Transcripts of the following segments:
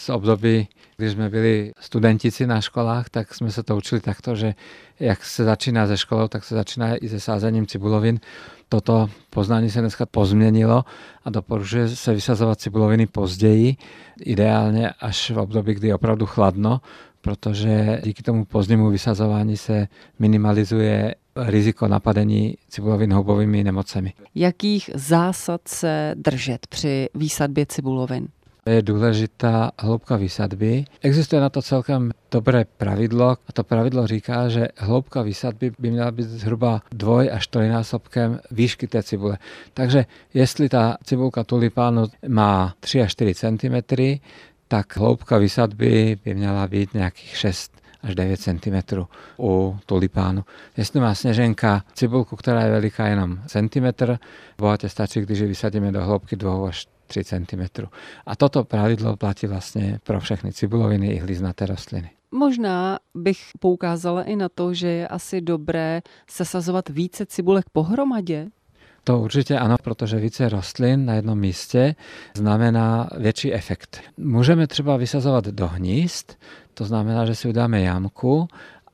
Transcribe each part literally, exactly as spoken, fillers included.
z období, když jsme byli studentici na školách, tak jsme se to učili takto, že jak se začíná ze školou, tak se začíná i se sázením cibulovín. Toto poznání se dneska pozměnilo a doporučuje se vysazovat cibuloviny později, ideálně až v období, kdy je opravdu chladno, protože díky tomu pozdnímu vysazování se minimalizuje riziko napadení cibulovin houbovými nemocemi. Jakých zásad se držet při výsadbě cibulovin? Je důležitá hloubka výsadby. Existuje na to celkem dobré pravidlo a to pravidlo říká, že hloubka výsadby by měla být zhruba dvoj až trojnásobkem výšky té cibule. Takže jestli ta cibulka tulipánu má tři až čtyři centimetry, tak hloubka výsadby by měla být nějakých šest až devět centimetrů u tulipánu. Jestli má sněženka cibulku, která je veliká jenom centimetr, bohatě stačí, když ji vysadíme do hloubky dva až tři centimetry. A toto pravidlo platí vlastně pro všechny cibuloviny i hliznaté rostliny. Možná bych poukázala i na to, že je asi dobré sesazovat více cibulek pohromadě. To určitě ano, protože více rostlin na jednom místě znamená větší efekt. Můžeme třeba vysazovat do hnízd, to znamená, že si udáme jamku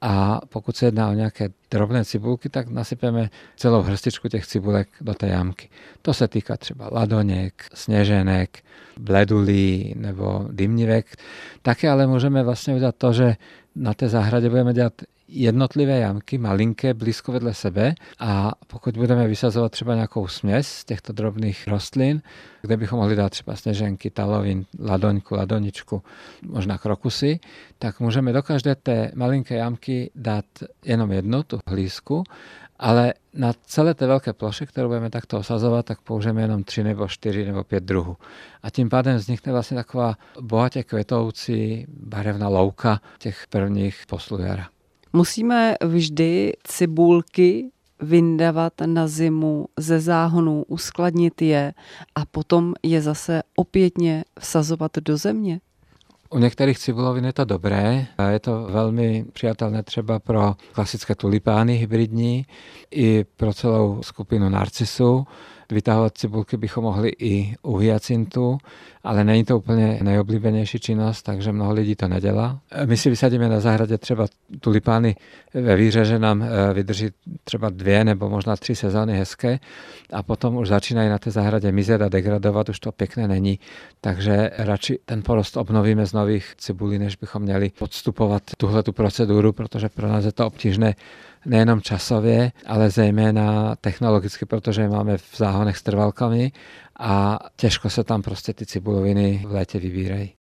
a pokud se jedná o nějaké drobné cibulky, tak nasypeme celou hrstičku těch cibulek do té jamky. To se týká třeba ladoněk, sněženek, bledulí nebo dymnivek. Také ale můžeme vlastně udělat to, že na té zahradě budeme dělat jednotlivé jamky, malinké, blízko vedle sebe a pokud budeme vysazovat třeba nějakou směs z těchto drobných rostlin, kde bychom mohli dát třeba sněženky, talovin, ladoňku, ladoničku, možná krokusy, tak můžeme do každé té malinké jamky dát jenom jednu, tu hlízku, ale na celé té velké ploše, kterou budeme takto osazovat, tak použijeme jenom tři nebo čtyři nebo pět druhů. A tím pádem vznikne vlastně taková bohatě kvetoucí barevná louka těch prvních poslů jara. Musíme vždy cibulky vyndavat na zimu ze záhonů, uskladnit je a potom je zase opětně vsazovat do země? U některých cibulovin je to dobré. Je to velmi přijatelné třeba pro klasické tulipány hybridní i pro celou skupinu narcisů. Vytahovat cibulky bychom mohli i u hyacintu, ale není to úplně nejoblíbenější činnost, takže mnoho lidí to nedělá. My si vysadíme na zahradě třeba tulipány ve víře, že nám vydrží třeba dvě nebo možná tři sezóny hezké a potom už začínají na té zahradě mizet a degradovat, už to pěkné není. Takže radši ten porost obnovíme z nových cibulí, než bychom měli podstupovat tuhletu proceduru, protože pro nás je to obtížné nejenom časově, ale zejména technologicky, protože máme v záhonech s trvalkami a těžko se tam prostě ty cibuloviny v létě vybírají.